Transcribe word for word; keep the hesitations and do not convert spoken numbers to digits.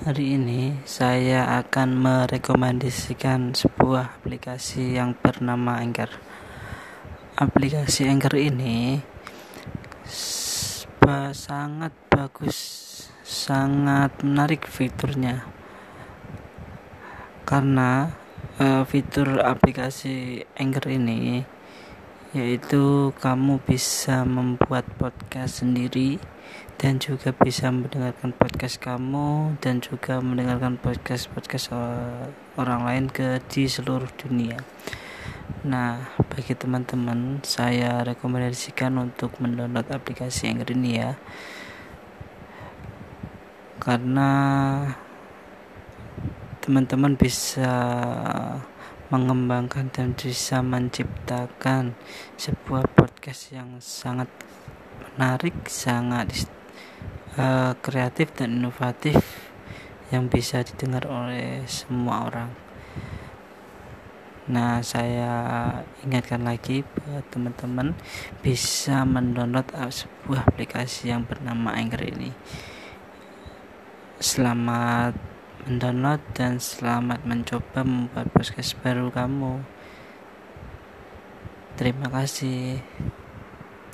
Hari ini saya akan merekomendasikan sebuah aplikasi yang bernama Anchor. Aplikasi Anchor ini sangat bagus, sangat menarik fiturnya. Karena uh, fitur aplikasi Anchor ini yaitu kamu bisa membuat podcast sendiri dan juga bisa mendengarkan podcast kamu dan juga mendengarkan podcast-podcast orang lain ke di seluruh dunia. Nah, bagi teman-teman, saya rekomendasikan untuk mendownload aplikasi Anchor ini ya. Karena teman-teman bisa mengembangkan dan bisa menciptakan sebuah podcast yang sangat menarik, sangat uh, kreatif dan inovatif yang bisa didengar oleh semua orang. Nah, saya ingatkan lagi buat teman-teman bisa mendownload sebuah aplikasi yang bernama Anchor ini. Selamat mendownload dan selamat mencoba membuat podcast baru kamu. Terima kasih.